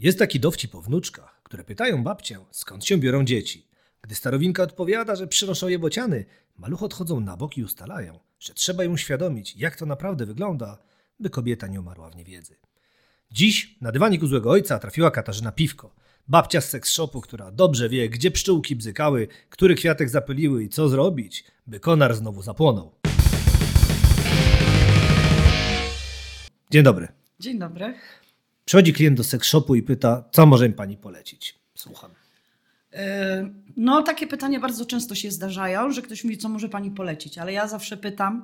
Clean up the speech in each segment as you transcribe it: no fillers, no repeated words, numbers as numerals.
Jest taki dowcip o wnuczkach, które pytają babcię, skąd się biorą dzieci. Gdy starowinka odpowiada, że przynoszą je bociany, maluch odchodzą na bok i ustalają, że trzeba ją uświadomić, jak to naprawdę wygląda, by kobieta nie umarła w niewiedzy. Dziś na dywanik u złego ojca trafiła Katarzyna Piwko, babcia z seks shopu, która dobrze wie, gdzie pszczółki bzykały, który kwiatek zapyliły i co zrobić, by konar znowu zapłonął. Dzień dobry. Dzień dobry. Przychodzi klient do seks shopu i pyta, co może mi pani polecić? Słucham. No takie pytania bardzo często się zdarzają, że ktoś mówi, co może pani polecić, ale ja zawsze pytam,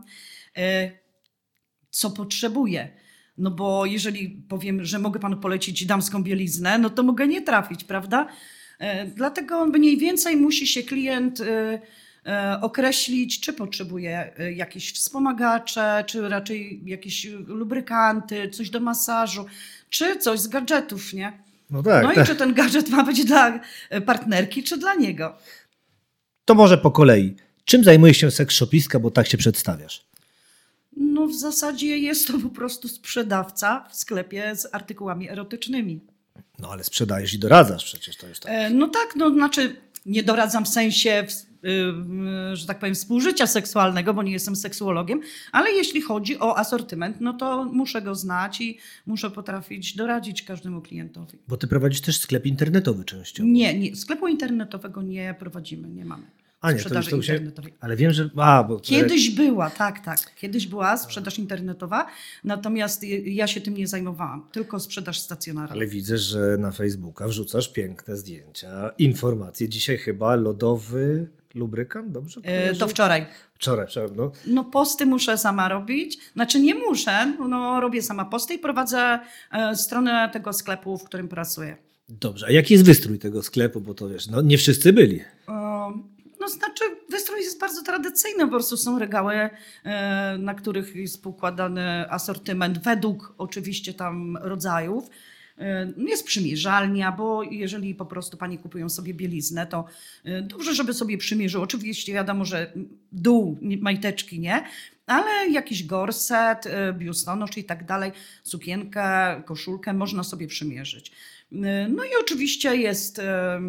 co potrzebuję. No bo jeżeli powiem, że mogę panu polecić damską bieliznę, no to mogę nie trafić, prawda? Dlatego mniej więcej musi się klient określić, czy potrzebuje jakieś wspomagacze, czy raczej jakieś lubrykanty, coś do masażu, czy coś z gadżetów, nie? No tak. No i czy ten gadżet ma być dla partnerki, czy dla niego? To może po kolei. Czym zajmuje się seks shopistka, bo tak się przedstawiasz? No w zasadzie jest to po prostu sprzedawca w sklepie z artykułami erotycznymi. No ale sprzedajesz i doradzasz przecież, to już tak. No tak, no znaczy nie doradzam w sensie, że tak powiem, współżycia seksualnego, bo nie jestem seksuologiem, ale jeśli chodzi o asortyment, no to muszę go znać i muszę potrafić doradzić każdemu klientowi. Bo ty prowadzisz też sklep internetowy częściowo. Nie, sklepu internetowego nie prowadzimy, nie mamy. A nie, Sprzedaży to internetowej. Ale wiem, że... Kiedyś była, tak. Kiedyś była sprzedaż internetowa, natomiast ja się tym nie zajmowałam, tylko sprzedaż stacjonarna. Ale widzę, że na Facebooka wrzucasz piękne zdjęcia, informacje. Dzisiaj chyba lodowy lubrykant, dobrze? To wczoraj. Wczoraj, no. No posty muszę sama robić. Znaczy nie muszę, no robię sama posty i prowadzę stronę tego sklepu, w którym pracuję. Dobrze, a jaki jest wystrój tego sklepu? Bo to wiesz, no nie wszyscy byli. No znaczy wystrój jest bardzo tradycyjny, po prostu są regały, na których jest poukładany asortyment według oczywiście tam rodzajów. Jest przymierzalnia, bo jeżeli po prostu panie kupują sobie bieliznę, to dobrze, żeby sobie przymierzył. Oczywiście wiadomo, że dół, majteczki nie, ale jakiś gorset, biustonosz i tak dalej, sukienkę, koszulkę można sobie przymierzyć. No i oczywiście jest...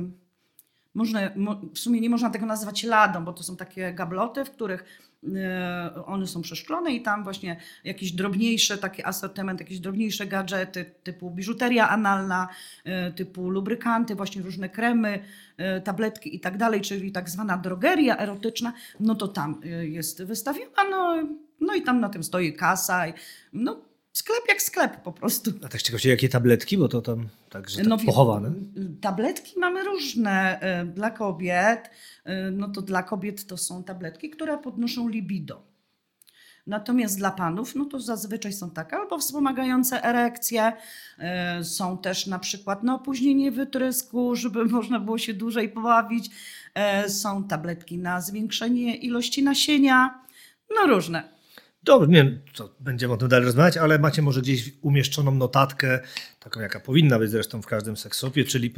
w sumie nie można tego nazywać ladą, bo to są takie gabloty, w których one są przeszklone i tam właśnie jakiś drobniejszy taki asortyment, jakieś drobniejsze gadżety typu biżuteria analna, typu lubrykanty, właśnie różne kremy, tabletki i tak dalej, czyli tak zwana drogeria erotyczna, no to tam jest wystawiona, no i tam na tym stoi kasa, no sklep jak sklep po prostu. A tak ciekawe, jakie tabletki, bo to tam także tak pochowane. Tabletki mamy różne dla kobiet. No to dla kobiet to są tabletki, które podnoszą libido. Natomiast dla panów, no to zazwyczaj są takie albo wspomagające erekcję, są też na przykład na opóźnienie wytrysku, żeby można było się dłużej pobawić. Są tabletki na zwiększenie ilości nasienia, no różne. Dobrze, nie wiem, co będziemy o tym dalej rozmawiać, ale macie może gdzieś umieszczoną notatkę, taką jaka powinna być zresztą w każdym seks-shopie, czyli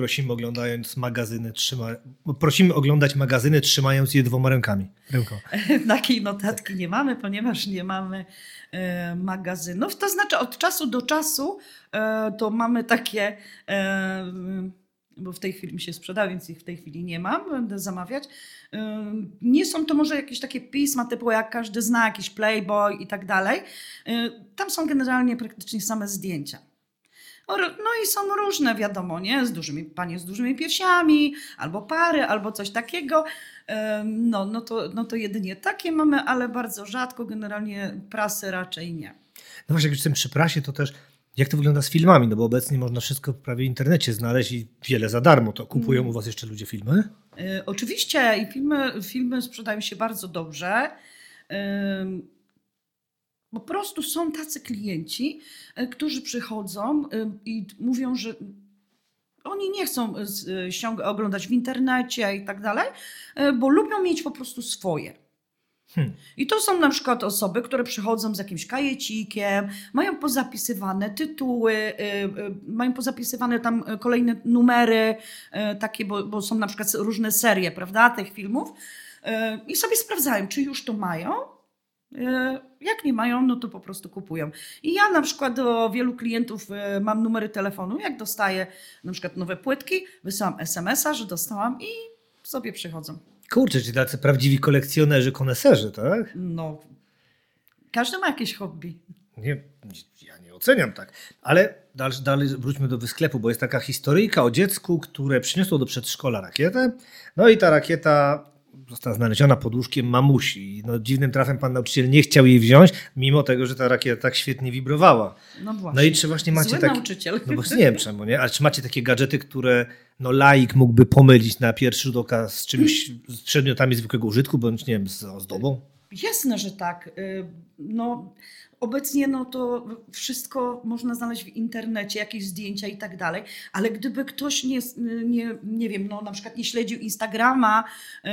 prosimy oglądać magazyny trzymając je dwoma rękami. Takiej notatki nie mamy, ponieważ nie mamy magazynów. To znaczy od czasu do czasu to mamy takie... bo w tej chwili mi się sprzeda, więc ich w tej chwili nie mam, będę zamawiać. Nie są to może jakieś takie pisma typu jak każdy zna, jakiś Playboy i tak dalej. Tam są generalnie praktycznie same zdjęcia. No i są różne, wiadomo, nie? Panie z dużymi piersiami, albo pary, albo coś takiego. No to jedynie takie mamy, ale bardzo rzadko, generalnie prasy raczej nie. No właśnie, jak już jestem przy prasie, to też jak to wygląda z filmami? No bo obecnie można wszystko prawie w internecie znaleźć i wiele za darmo. To kupują u was jeszcze ludzie filmy? Oczywiście i filmy sprzedają się bardzo dobrze. Po prostu są tacy klienci, którzy przychodzą i mówią, że oni nie chcą oglądać w internecie i tak dalej, bo lubią mieć po prostu swoje. I to są na przykład osoby, które przychodzą z jakimś kajecikiem, mają pozapisywane tytuły, mają pozapisywane tam kolejne numery, takie, bo są na przykład różne serie, prawda, tych filmów i sobie sprawdzają, czy już to mają, Jak nie mają, no to po prostu kupują. I ja na przykład do wielu klientów mam numery telefonu. Jak dostaję na przykład nowe płytki, wysyłam SMS-a, że dostałam i sobie przychodzą. Kurczę, czyli tacy prawdziwi kolekcjonerzy, koneserzy, tak? No, każdy ma jakieś hobby. Nie, ja nie oceniam tak. Ale dalej wróćmy do wysklepu, bo jest taka historyjka o dziecku, które przyniosło do przedszkola rakietę. No i ta rakieta została znaleziona pod łóżkiem mamusi. No, dziwnym trafem pan nauczyciel nie chciał jej wziąć, mimo tego, że ta rakieta tak świetnie wibrowała. No właśnie. No i czy właśnie macie Zły nauczyciel. No bo nie wiem czemu, nie? Ale czy macie takie gadżety, które laik mógłby pomylić na pierwszy rzut oka z czymś, z przedmiotami zwykłego użytku, bądź nie wiem, z ozdobą? Jasne, że tak. No, obecnie no to wszystko można znaleźć w internecie, jakieś zdjęcia i tak dalej, ale gdyby ktoś nie wiem, no na przykład nie śledził Instagrama,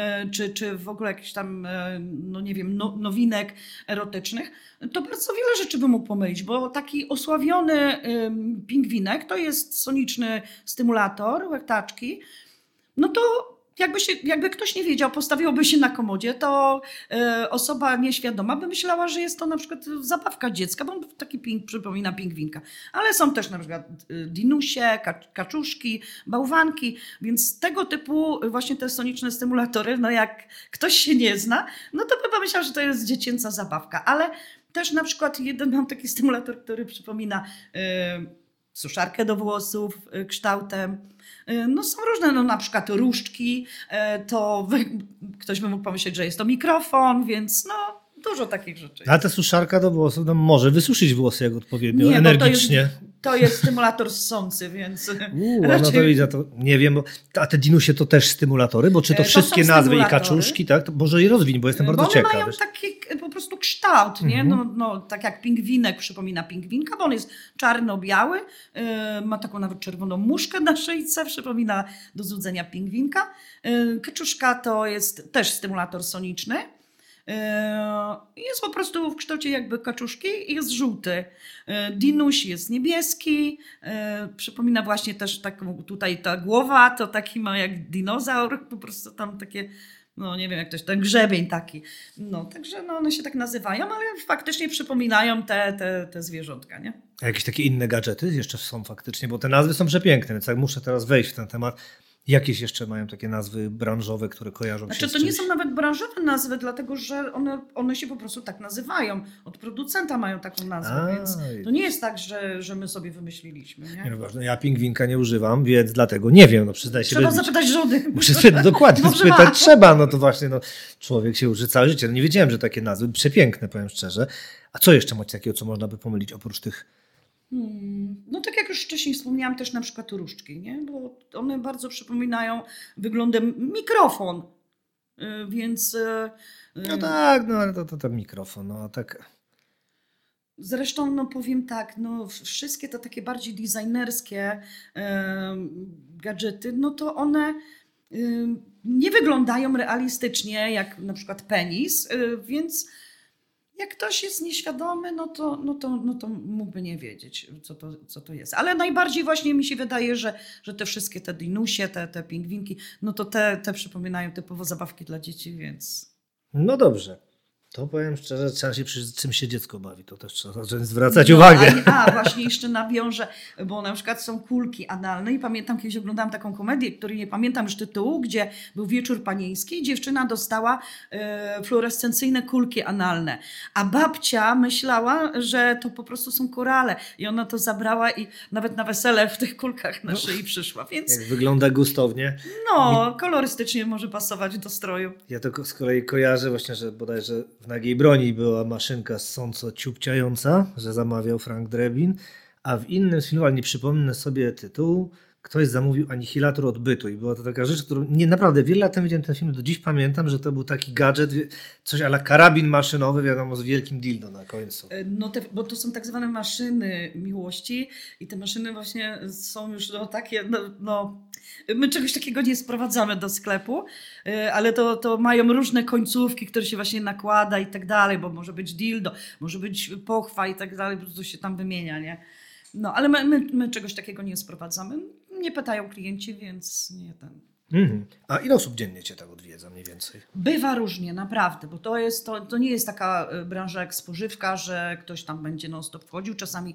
czy w ogóle jakichś tam, no nie wiem, nowinek erotycznych, to bardzo wiele rzeczy by mógł pomylić, bo taki osławiony pingwinek to jest soniczny stymulator łechtaczki, no to jakby ktoś nie wiedział, postawiłoby się na komodzie, to osoba nieświadoma by myślała, że jest to na przykład zabawka dziecka, bo on taki przypomina pingwinka. Ale są też na przykład dinusie, kaczuszki, bałwanki, więc tego typu właśnie te soniczne stymulatory, no jak ktoś się nie zna, no to by pomyślał, że to jest dziecięca zabawka. Ale też na przykład mam taki stymulator, który przypomina suszarkę do włosów kształtem. No są różne, no na przykład różdżki, to ktoś by mógł pomyśleć, że jest to mikrofon, więc no dużo takich rzeczy. A ta suszarka do włosów może wysuszyć włosy jak odpowiednio, energicznie. To jest stymulator ssący, więc no to widzę, to nie wiem, a te dinusie to też stymulatory, bo czy to wszystkie nazwy i kaczuszki, tak? To może je rozwiń, bo jestem bardzo ciekaw. One mają taki po prostu kształt, nie? No, tak jak pingwinek przypomina pingwinka, bo on jest czarno-biały, ma taką nawet czerwoną muszkę na szyjce, przypomina do złudzenia pingwinka. Kaczuszka to jest też stymulator soniczny. Jest po prostu w kształcie jakby kaczuszki i jest żółty. Dinuś jest niebieski, przypomina właśnie też taką, tutaj ta głowa to taki ma jak dinozaur, po prostu tam takie, no nie wiem jak to jest, ten grzebień taki. No także no one się tak nazywają, ale faktycznie przypominają te zwierzątka, nie? A jakieś takie inne gadżety jeszcze są faktycznie, bo te nazwy są przepiękne, więc jak muszę teraz wejść w ten temat. Jakieś jeszcze mają takie nazwy branżowe, które kojarzą się z czymś? To nie są nawet branżowe nazwy, dlatego że one się po prostu tak nazywają. Od producenta mają taką nazwę, więc to nie jest tak, że my sobie wymyśliliśmy. Nie? No ważne, ja pingwinka nie używam, więc dlatego nie wiem, no przyznaję się. Trzeba zapytać żony. Dokładnie, spytać trzeba, no to właśnie człowiek się uczy całe życie. No nie wiedziałem, że takie nazwy, przepiękne powiem szczerze. A co jeszcze macie takiego, co można by pomylić oprócz tych? No tak jak już wcześniej wspomniałam, też na przykład różdżki, nie? Bo one bardzo przypominają wyglądem mikrofon, więc... No tak, no ale to mikrofon, no tak... Zresztą no powiem tak, no wszystkie te takie bardziej designerskie gadżety, no to one nie wyglądają realistycznie jak na przykład penis, więc... Jak ktoś jest nieświadomy, no to mógłby nie wiedzieć, co to jest. Ale najbardziej właśnie mi się wydaje, że te wszystkie te dinusie, te pingwinki, no to te przypominają typowo zabawki dla dzieci, więc... No dobrze. To powiem szczerze, trzeba się czym się dziecko bawi, to też trzeba zwracać uwagę. Właśnie jeszcze nawiążę, bo na przykład są kulki analne i pamiętam, kiedyś oglądałam taką komedię, której nie pamiętam już tytułu, gdzie był wieczór panieński i dziewczyna dostała fluorescencyjne kulki analne, a babcia myślała, że to po prostu są korale i ona to zabrała i nawet na wesele w tych kulkach na szyi przyszła, więc... Jak wygląda gustownie. No, kolorystycznie może pasować do stroju. Ja to z kolei kojarzę właśnie, że bodajże w Nagiej Broni była maszynka ssąco ciupciająca, że zamawiał Frank Drebin, a w innym z filmów, ale nie przypomnę sobie tytułu, ktoś zamówił anihilator odbytu i była to taka rzecz, którą naprawdę wiele lat temu widziałem ten film, do dziś pamiętam, że to był taki gadżet, coś a la karabin maszynowy, wiadomo, z wielkim dildo na końcu. No bo to są tak zwane maszyny miłości i te maszyny właśnie są już takie, my czegoś takiego nie sprowadzamy do sklepu, ale to mają różne końcówki, które się właśnie nakłada i tak dalej, bo może być dildo, może być pochwa i tak dalej, po prostu się tam wymienia, nie? No, ale my czegoś takiego nie sprowadzamy. Nie pytają klienci, więc nie ten. A ile osób dziennie cię tak odwiedza mniej więcej? Bywa różnie, naprawdę, bo to nie jest taka branża jak spożywka, że ktoś tam będzie non-stop wchodził.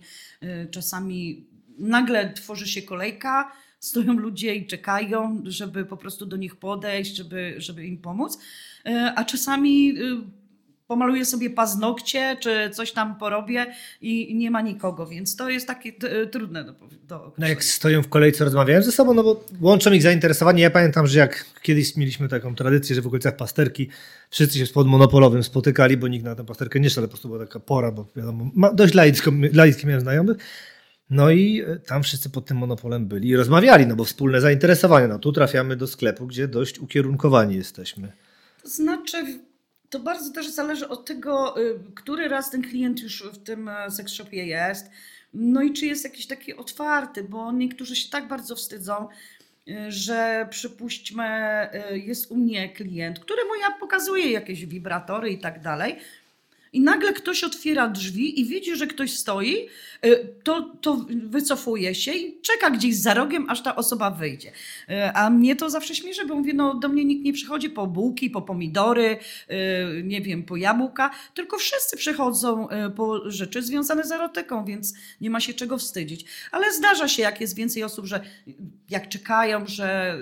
Czasami nagle tworzy się kolejka, stoją ludzie i czekają, żeby po prostu do nich podejść, żeby im pomóc. A czasami pomaluję sobie paznokcie, czy coś tam porobię i nie ma nikogo, więc to jest takie trudne do określenia. No jak stoją w kolejce, rozmawiają ze sobą, no bo łączą ich zainteresowanie. Ja pamiętam, że jak kiedyś mieliśmy taką tradycję, że w okolicach Pasterki wszyscy się pod Monopolowym spotykali, bo nikt na tę Pasterkę nie szedł, ale po prostu była taka pora, bo wiadomo, dość laicki miałem znajomych. No i tam wszyscy pod tym Monopolem byli i rozmawiali, no bo wspólne zainteresowanie. No tu trafiamy do sklepu, gdzie dość ukierunkowani jesteśmy. To znaczy, to bardzo też zależy od tego, który raz ten klient już w tym sex shopie jest. No i czy jest jakiś taki otwarty, bo niektórzy się tak bardzo wstydzą, że przypuśćmy, jest u mnie klient, któremu ja pokazuję jakieś wibratory i tak dalej. I nagle ktoś otwiera drzwi i widzi, że ktoś stoi, to wycofuje się i czeka gdzieś za rogiem, aż ta osoba wyjdzie. A mnie to zawsze śmieszy, bo mówię, no do mnie nikt nie przychodzi po bułki, po pomidory, nie wiem, po jabłka, tylko wszyscy przychodzą po rzeczy związane z erotyką, więc nie ma się czego wstydzić. Ale zdarza się, jak jest więcej osób, że jak czekają, że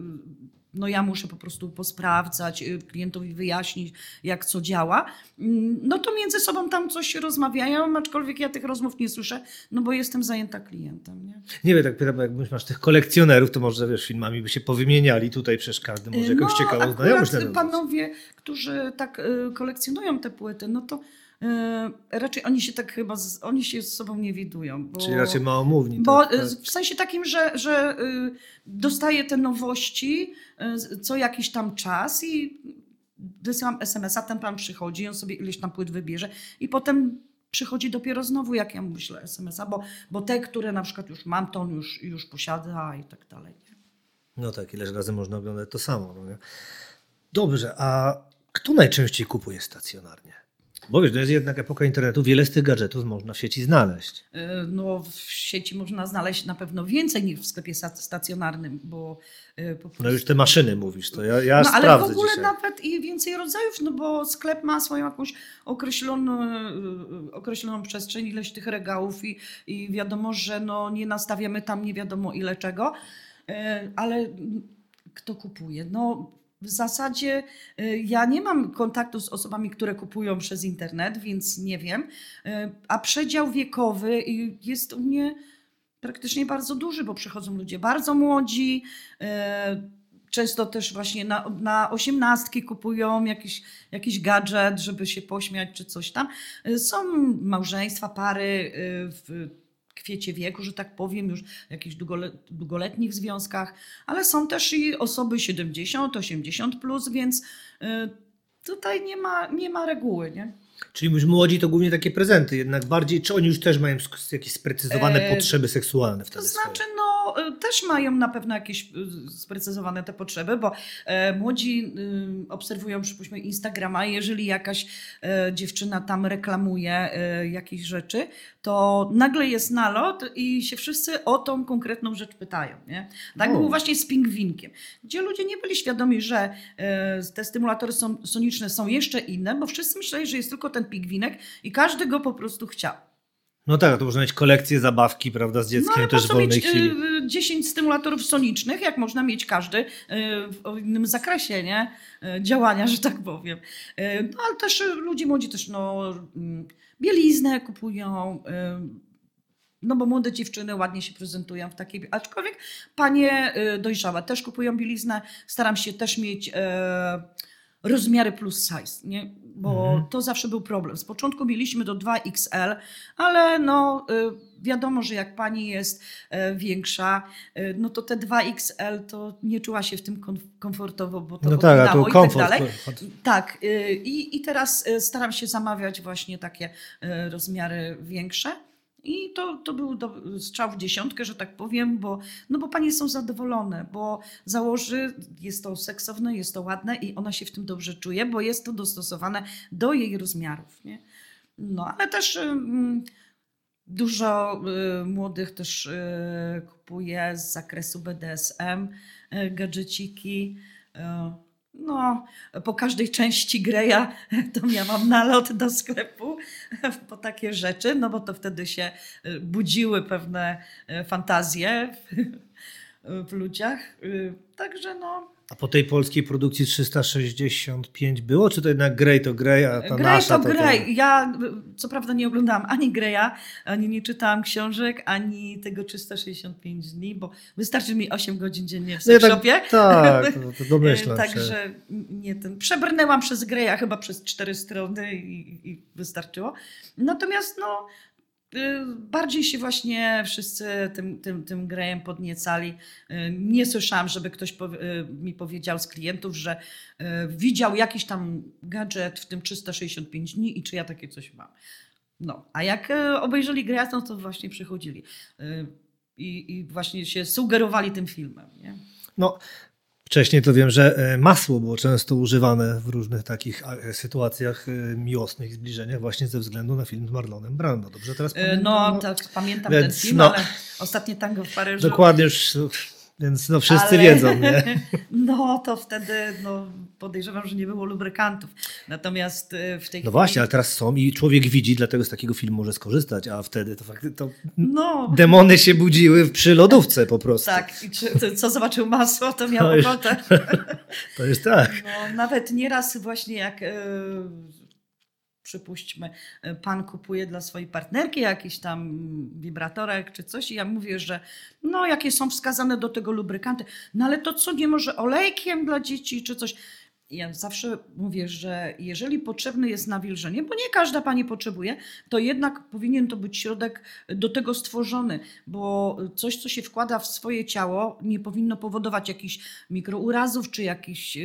no ja muszę po prostu posprawdzać, klientowi wyjaśnić, jak co działa, no to między sobą tam coś rozmawiają, aczkolwiek ja tych rozmów nie słyszę, no bo jestem zajęta klientem. Nie wiem, tak pytam, jak masz tych kolekcjonerów, to może wiesz, filmami by się powymieniali tutaj, przecież każdy może jakąś ciekawą znajomość. Panowie, którzy tak kolekcjonują te płyty, no to raczej oni się tak chyba, oni się z sobą nie widują. Czyli raczej małomówni. Bo tak. W sensie takim, że dostaję te nowości co jakiś tam czas i wysyłam SMS-a, ten pan przychodzi, on sobie ileś tam płyt wybierze i potem przychodzi dopiero znowu, jak ja mu wyślę SMS-a, bo te, które na przykład już mam, to on już posiada i tak dalej. Nie? No tak, ileż razy można oglądać to samo. No nie? Dobrze, a kto najczęściej kupuje stacjonarnie? Bo wiesz, to jest jednak epoka internetu, wiele z tych gadżetów można w sieci znaleźć. No w sieci można znaleźć na pewno więcej niż w sklepie stacjonarnym, bo po prostu... No już te maszyny mówisz, to ja no, sprawdzę ale w ogóle dzisiaj. nawet i więcej rodzajów, no bo sklep ma swoją jakąś określoną przestrzeń, ileś tych regałów i wiadomo, że no nie nastawiamy tam nie wiadomo ile czego, ale kto kupuje? No w zasadzie ja nie mam kontaktu z osobami, które kupują przez internet, więc nie wiem. A przedział wiekowy jest u mnie praktycznie bardzo duży, bo przychodzą ludzie bardzo młodzi, często też właśnie na 18 kupują jakiś gadżet, żeby się pośmiać czy coś tam. Są małżeństwa, pary w kwiecie wieku, że tak powiem, już w jakichś długoletnich związkach, ale są też i osoby 70, 80 plus, więc tutaj nie ma reguły, nie? Czyli już młodzi to głównie takie prezenty, jednak bardziej, czy oni już też mają jakieś sprecyzowane potrzeby seksualne wtedy? To znaczy, no też mają na pewno jakieś sprecyzowane te potrzeby, bo młodzi obserwują, przypuśćmy, Instagrama i jeżeli jakaś dziewczyna tam reklamuje jakieś rzeczy, to nagle jest nalot i się wszyscy o tą konkretną rzecz pytają. Nie? Tak było właśnie z pingwinkiem, gdzie ludzie nie byli świadomi, że te stymulatory soniczne są jeszcze inne, bo wszyscy myśleli, że jest tylko ten pingwinek i każdy go po prostu chciał. No tak, to można mieć kolekcję zabawki, prawda, z dzieckiem no, też w wolnej chwili. 10 stymulatorów sonicznych, jak można mieć każdy w innym zakresie, nie? Działania, że tak powiem. No ale też ludzie młodzi też bieliznę kupują, no bo młode dziewczyny ładnie się prezentują w takiej, aczkolwiek panie dojrzałe też kupują bieliznę. Staram się też mieć rozmiary plus size, nie? Bo to zawsze był problem. Z początku mieliśmy do 2XL, ale no wiadomo, że jak pani jest większa, no to te 2XL to nie czuła się w tym komfortowo, bo to opinało i tak dalej. Tak. I teraz staram się zamawiać właśnie takie rozmiary większe. I to był strzał w dziesiątkę, że tak powiem, bo panie są zadowolone, bo założy, jest to seksowne, jest to ładne i ona się w tym dobrze czuje, bo jest to dostosowane do jej rozmiarów. Nie? No ale też Dużo młodych też kupuje z zakresu BDSM gadżeciki. No, po każdej części Greya to miałam nalot do sklepu po takie rzeczy, no bo to wtedy się budziły pewne fantazje w ludziach. Także no. A po tej polskiej produkcji 365 było, czy to jednak Grey to Grey, a ta Grey nasza to Grey. Ja co prawda nie oglądałam ani Greya, ani nie czytałam książek, ani tego 365 dni, bo wystarczy mi 8 godzin dziennie w seksshopie. Tak, to domyślam się. Także nie ten. Przebrnęłam przez Greya chyba przez 4 strony i wystarczyło. Natomiast no bardziej się właśnie wszyscy tym Greyem podniecali. Nie słyszałam, żeby ktoś mi powiedział z klientów, że widział jakiś tam gadżet w tym 365 dni i czy ja takie coś mam. No, a jak obejrzeli Greya, no to właśnie przychodzili i właśnie się sugerowali tym filmem. Nie? No, wcześniej to wiem, że masło było często używane w różnych takich sytuacjach miłosnych, zbliżeniach właśnie ze względu na film z Marlonem Brando. Dobrze teraz pamiętam? No, tak, pamiętam Więc, ten film, ale ostatnie tango w Paryżu. Dokładnie już, więc no wszyscy wiedzą, nie? No to wtedy podejrzewam, że nie było lubrykantów. Natomiast w tej No właśnie, ale teraz są i człowiek widzi, dlatego z takiego filmu może skorzystać, a wtedy to faktycznie demony się budziły przy lodówce po prostu. Tak, i co zobaczył masło, to miał ochotę. To jest tak. No, nawet nieraz właśnie jak przypuśćmy, pan kupuje dla swojej partnerki jakiś tam wibratorek czy coś i ja mówię, że no jakie są wskazane do tego lubrykanty, no ale to co, nie może olejkiem dla dzieci czy coś. Ja zawsze mówię, że jeżeli potrzebny jest nawilżenie, bo nie każda pani potrzebuje, to jednak powinien to być środek do tego stworzony, bo coś, co się wkłada w swoje ciało, nie powinno powodować jakichś mikrourazów czy jakichś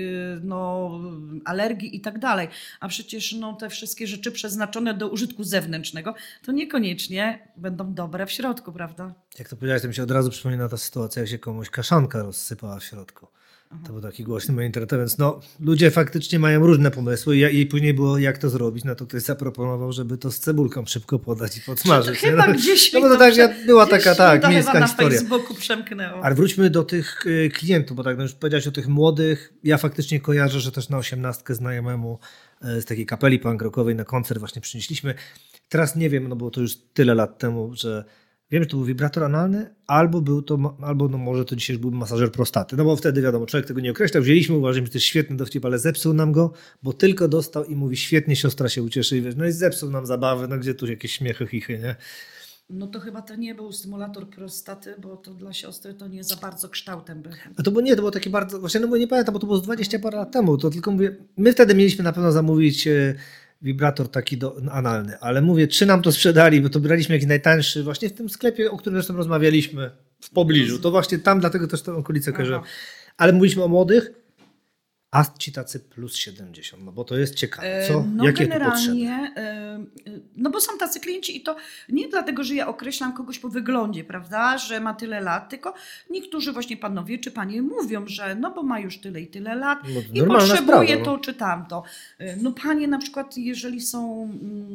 alergii i tak dalej. A przecież te wszystkie rzeczy przeznaczone do użytku zewnętrznego, to niekoniecznie będą dobre w środku, prawda? Jak to powiedziałeś, to mi się od razu przypomina ta sytuacja, jak się komuś kaszanka rozsypała w środku. To był taki głośny moment internetowy, więc ludzie faktycznie mają różne pomysły i później było jak to zrobić, to ktoś zaproponował, żeby to z cebulką szybko podać i podsmażyć. Chyba gdzieś bo to była taka miejska na historia. Facebooku przemknęło. Ale wróćmy do tych klientów, bo tak już powiedziałeś o tych młodych. Ja faktycznie kojarzę, że też na 18 znajomemu z takiej kapeli punk rockowej na koncert właśnie przynieśliśmy. Teraz nie wiem, bo to już tyle lat temu, że wiem, że to był wibrator analny, albo może to dzisiaj już był masażer prostaty. No bo wtedy wiadomo, człowiek tego nie określał. Wzięliśmy, uważaliśmy, że to jest świetny dowcip, ale zepsuł nam go, bo tylko dostał i mówi, świetnie, siostra się ucieszy i wiesz, i zepsuł nam zabawę, gdzie tu jakieś śmiechy, chichy, nie? No to chyba to nie był stymulator prostaty, bo to dla siostry to nie za bardzo kształtem był. A to było takie bardzo, właśnie bo nie pamiętam, bo to było z 20 parę lat temu, to tylko mówię, my wtedy mieliśmy na pewno zamówić wibrator taki analny, ale mówię, czy nam to sprzedali, bo to braliśmy jakiś najtańszy właśnie w tym sklepie, o którym zresztą rozmawialiśmy w pobliżu. To właśnie tam, dlatego też tę okolicę kojarzyłem. Ale mówiliśmy o młodych, a ci tacy plus 70, bo to jest ciekawe. Jakie generalnie, bo są tacy klienci i to nie dlatego, że ja określam kogoś po wyglądzie, prawda, że ma tyle lat, tylko niektórzy właśnie panowie czy panie mówią, że bo ma już tyle i tyle lat i potrzebuje to czy tamto. No panie na przykład, jeżeli są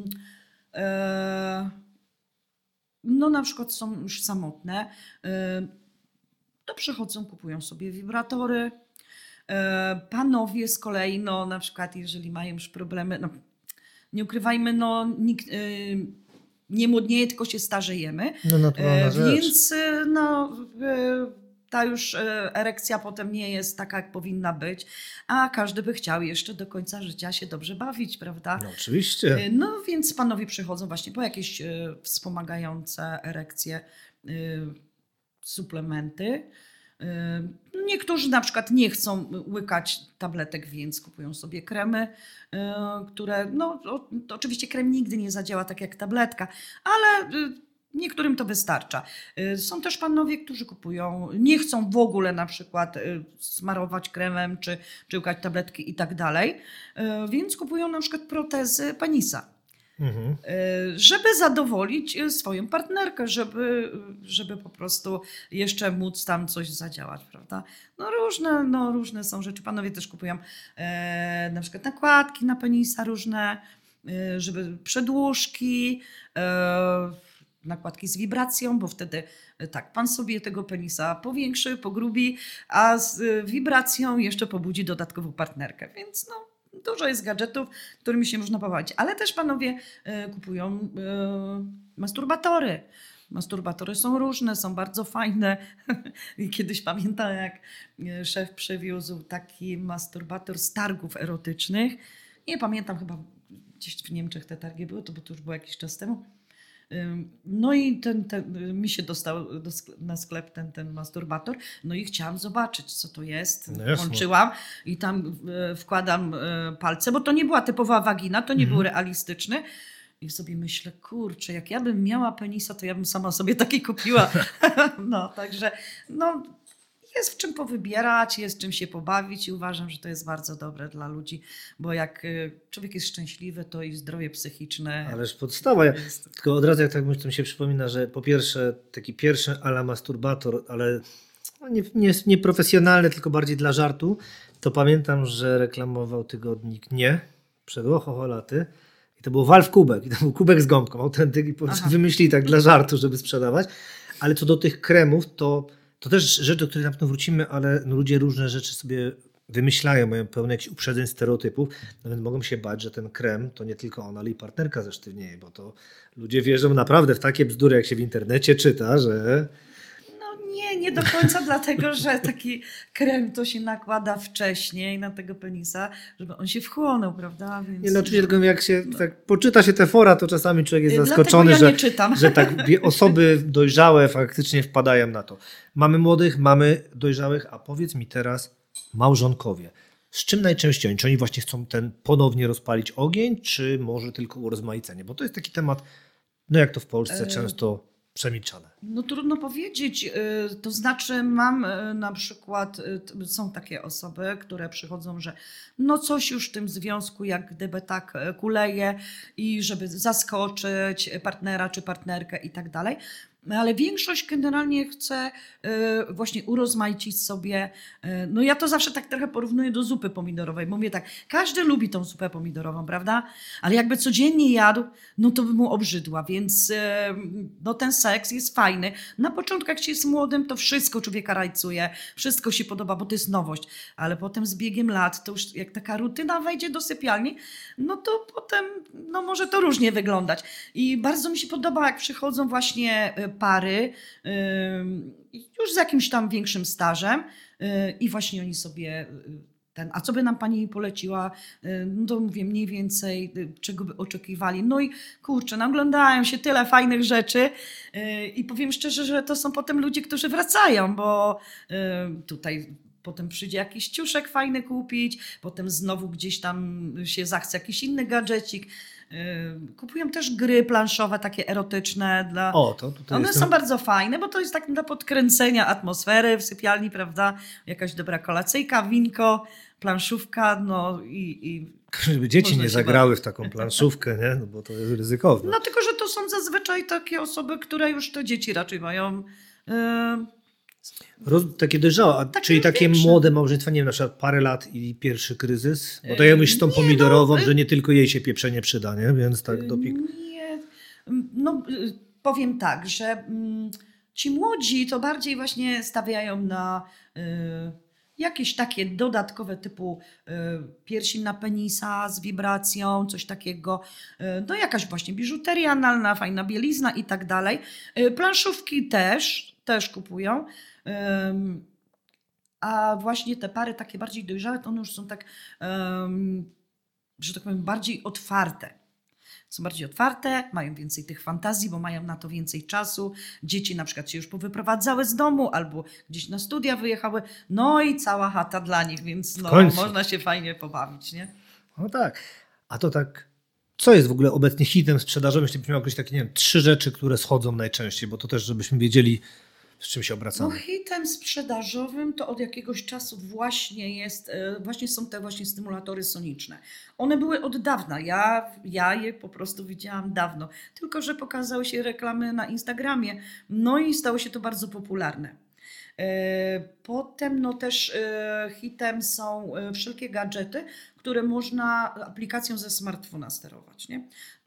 na przykład są już samotne, to przychodzą, kupują sobie wibratory. Panowie z kolei, na przykład jeżeli mają już problemy, nie ukrywajmy, nikt nie młodnieje, tylko się starzejemy, więc ta już erekcja potem nie jest taka, jak powinna być, a każdy by chciał jeszcze do końca życia się dobrze bawić, prawda? No oczywiście. Więc panowie przychodzą właśnie po jakieś wspomagające erekcje suplementy. Niektórzy na przykład nie chcą łykać tabletek, więc kupują sobie kremy, które, to oczywiście krem nigdy nie zadziała tak jak tabletka, ale niektórym to wystarcza. Są też panowie, którzy nie chcą w ogóle na przykład smarować kremem czy łykać tabletki i tak dalej, więc kupują na przykład protezy penisa. Żeby zadowolić swoją partnerkę, żeby po prostu jeszcze móc tam coś zadziałać, prawda? Różne są rzeczy. Panowie też kupują na przykład nakładki na penisa różne, żeby przedłużki, nakładki z wibracją, bo wtedy tak, pan sobie tego penisa powiększy, pogrubi, a z wibracją jeszcze pobudzi dodatkowo partnerkę. Więc no, dużo jest gadżetów, którymi się można pobawić. Ale też panowie kupują masturbatory. Masturbatory są różne, są bardzo fajne. I kiedyś pamiętam, jak szef przywiózł taki masturbator z targów erotycznych. Nie pamiętam, chyba gdzieś w Niemczech te targi były, bo to już było jakiś czas temu. No i mi się dostał na sklep ten masturbator, no i chciałam zobaczyć, co to jest. No włączyłam i tam wkładam palce, bo to nie była typowa wagina, to nie był realistyczny. I sobie myślę, kurczę, jak ja bym miała penisa, to ja bym sama sobie taki kupiła. No, także no, jest w czym powybierać, jest czym się pobawić i uważam, że to jest bardzo dobre dla ludzi, bo jak człowiek jest szczęśliwy, to i zdrowie psychiczne. Ależ podstawa. Tylko od razu jak tak myślę, to mi się przypomina, że po pierwsze taki pierwszy ala masturbator, ale nie profesjonalny, tylko bardziej dla żartu, to pamiętam, że reklamował tygodnik Nie przed laty. I to był Valve kubek. I to był kubek z gąbką, autentyk. I po prostu wymyślili tak dla żartu, żeby sprzedawać. Ale co do tych kremów, to też rzecz, do której na pewno wrócimy, ale no ludzie różne rzeczy sobie wymyślają, mają pełne jakichś uprzedzeń, stereotypów. Nawet mogą się bać, że ten krem to nie tylko on, ale i partnerka zesztywnieje, bo to ludzie wierzą naprawdę w takie bzdury, jak się w internecie czyta, że... Nie do końca, dlatego że taki krem to się nakłada wcześniej na tego penisa, żeby on się wchłonął, prawda? Więc... Nie, no oczywiście, tylko jak się tak poczyta się te fora, to czasami człowiek jest zaskoczony, ja nie czytam. że tak osoby dojrzałe faktycznie wpadają na to. Mamy młodych, mamy dojrzałych, a powiedz mi teraz małżonkowie. Z czym najczęściej oni? Czy oni właśnie chcą ponownie rozpalić ogień, czy może tylko urozmaicenie? Bo to jest taki temat, no jak to w Polsce często przemilczane. No trudno powiedzieć, to znaczy mam na przykład, są takie osoby, które przychodzą, że no coś już w tym związku jak gdyby tak kuleje i żeby zaskoczyć partnera czy partnerkę i tak dalej. Ale większość generalnie chce właśnie urozmaicić sobie. No ja to zawsze tak trochę porównuję do zupy pomidorowej. Mówię tak, każdy lubi tą zupę pomidorową, prawda? Ale jakby codziennie jadł, no to by mu obrzydła, więc no ten seks jest fajny. Na początku jak się jest młodym, to wszystko człowieka rajcuje, wszystko się podoba, bo to jest nowość. Ale potem z biegiem lat, to już jak taka rutyna wejdzie do sypialni, no to potem no może to różnie wyglądać. I bardzo mi się podoba, jak przychodzą właśnie pary już z jakimś tam większym stażem i właśnie oni sobie a co by nam pani poleciła, no to mówię mniej więcej, czego by oczekiwali. No i kurczę, naglądają się tyle fajnych rzeczy i powiem szczerze, że to są potem ludzie, którzy wracają, bo tutaj potem przyjdzie jakiś ciuszek fajny kupić, potem znowu gdzieś tam się zachce jakiś inny gadżecik. Kupują też gry planszowe, takie erotyczne. One są bardzo fajne, bo to jest tak dla podkręcenia atmosfery w sypialni, prawda? Jakaś dobra kolacyjka, winko, planszówka, no i żeby dzieci nie zagrały w taką planszówkę, nie? No bo to jest ryzykowne. No tylko, że to są zazwyczaj takie osoby, które już te dzieci raczej mają... Takie dojrzałe, czyli takie większe. młode małżeństwa, nie wiem, na przykład parę lat i pierwszy kryzys, bo to ja myślę z tą pomidorową, że nie tylko jej się pieprzenie przyda, nie? Więc tak dopik. Nie, no powiem tak, że ci młodzi to bardziej właśnie stawiają na jakieś takie dodatkowe typu pierścień na penisa z wibracją, coś takiego, no jakaś właśnie biżuteria analna, fajna bielizna i tak dalej. Planszówki też kupują. A właśnie te pary takie bardziej dojrzałe, to one już są tak, że tak powiem, bardziej otwarte. Są bardziej otwarte, mają więcej tych fantazji, bo mają na to więcej czasu. Dzieci na przykład się już powyprowadzały z domu albo gdzieś na studia wyjechały. No i cała chata dla nich, więc no, można się fajnie pobawić, nie? No tak. A to tak, co jest w ogóle obecnie hitem sprzedażowym? Jeśli byśmy mieli jakieś takie, nie wiem, 3 rzeczy, które schodzą najczęściej, bo to też, żebyśmy wiedzieli, z czym się obracamy. No hitem sprzedażowym to od jakiegoś czasu właśnie są te właśnie stymulatory soniczne. One były od dawna, ja je po prostu widziałam dawno, tylko że pokazały się reklamy na Instagramie, no i stało się to bardzo popularne. Potem no też hitem są wszelkie gadżety, które można aplikacją ze smartfona sterować, nie?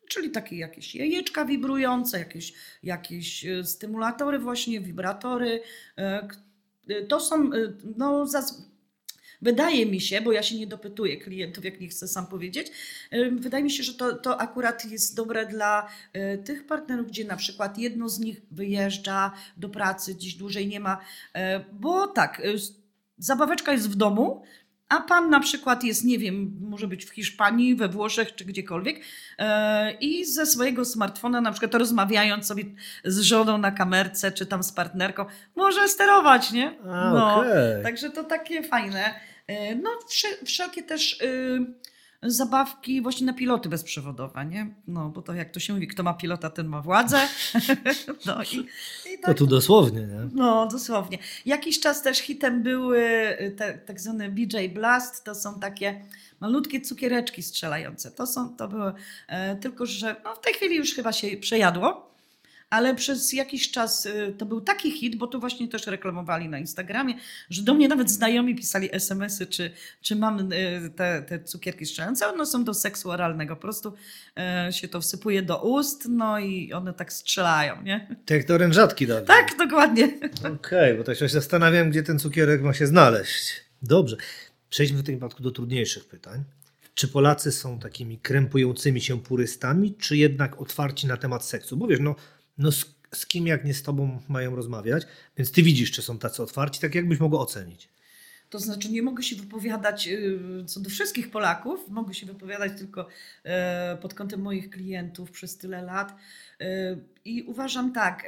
czyli takie jakieś jajeczka wibrujące, jakieś stymulatory właśnie, wibratory. To są, no wydaje mi się, bo ja się nie dopytuję klientów, jak nie chcę sam powiedzieć, wydaje mi się, że to akurat jest dobre dla tych partnerów, gdzie na przykład jedno z nich wyjeżdża do pracy, gdzieś dłużej nie ma, bo tak, zabaweczka jest w domu, a pan na przykład jest, nie wiem, może być w Hiszpanii, we Włoszech czy gdziekolwiek i ze swojego smartfona na przykład rozmawiając sobie z żoną na kamerce czy tam z partnerką może sterować, nie? Okay. Także to takie fajne. No wszelkie też zabawki właśnie na piloty bezprzewodowe, nie? No bo to jak to się mówi, kto ma pilota, ten ma władzę. No i tak. To tu dosłownie, nie? No, dosłownie. Jakiś czas też hitem były tak zwane BJ Blast, to są takie malutkie cukiereczki strzelające. To były, tylko że no, w tej chwili już chyba się przejadło, ale przez jakiś czas to był taki hit, bo to właśnie też reklamowali na Instagramie, że do mnie nawet znajomi pisali SMS-y, czy mam te cukierki strzelające. One są do seksu oralnego. Po prostu się to wsypuje do ust, no i one tak strzelają, nie? Tak jak te orężatki dawniej. Tak, dokładnie. Okej, bo tak się zastanawiam, gdzie ten cukierek ma się znaleźć. Dobrze. Przejdźmy w tym wypadku do trudniejszych pytań. Czy Polacy są takimi krępującymi się purystami, czy jednak otwarci na temat seksu? Bo wiesz, no z kim jak nie z tobą mają rozmawiać, więc ty widzisz, czy są tacy otwarci, tak jakbyś mogła ocenić. To znaczy nie mogę się wypowiadać co do wszystkich Polaków, mogę się wypowiadać tylko pod kątem moich klientów przez tyle lat i uważam tak,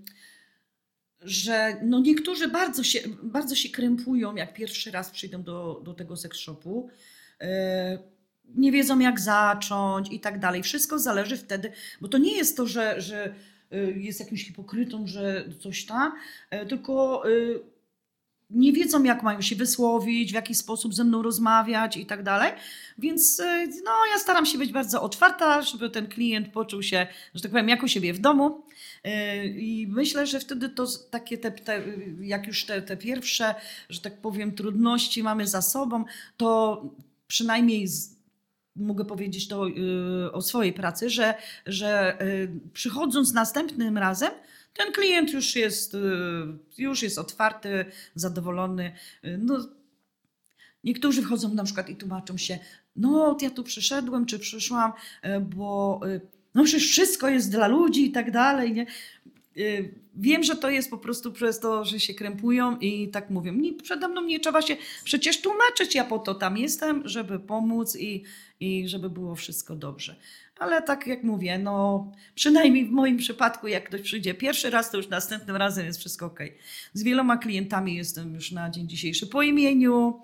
że no niektórzy bardzo się krępują, jak pierwszy raz przyjdą do tego seks shopu, nie wiedzą jak zacząć i tak dalej. Wszystko zależy wtedy, bo to nie jest to, że jest jakimś hipokrytą, że coś tam, tylko nie wiedzą, jak mają się wysłowić, w jaki sposób ze mną rozmawiać i tak dalej. Więc no, ja staram się być bardzo otwarta, żeby ten klient poczuł się, że tak powiem, jak u siebie w domu. I myślę, że wtedy to takie jak już te pierwsze, że tak powiem, trudności mamy za sobą, to przynajmniej mogę powiedzieć to o swojej pracy, że przychodząc następnym razem, ten klient już jest otwarty, zadowolony. No, niektórzy wchodzą na przykład i tłumaczą się, no ja tu przyszedłem czy przyszłam, bo no przecież wszystko jest dla ludzi i tak dalej, nie? Wiem, że to jest po prostu przez to, że się krępują i tak mówią. Przede mną nie trzeba się przecież tłumaczyć, ja po to tam jestem, żeby pomóc i żeby było wszystko dobrze. Ale tak jak mówię, no przynajmniej w moim przypadku, jak ktoś przyjdzie pierwszy raz, to już następnym razem jest wszystko okej. Z wieloma klientami jestem już na dzień dzisiejszy po imieniu.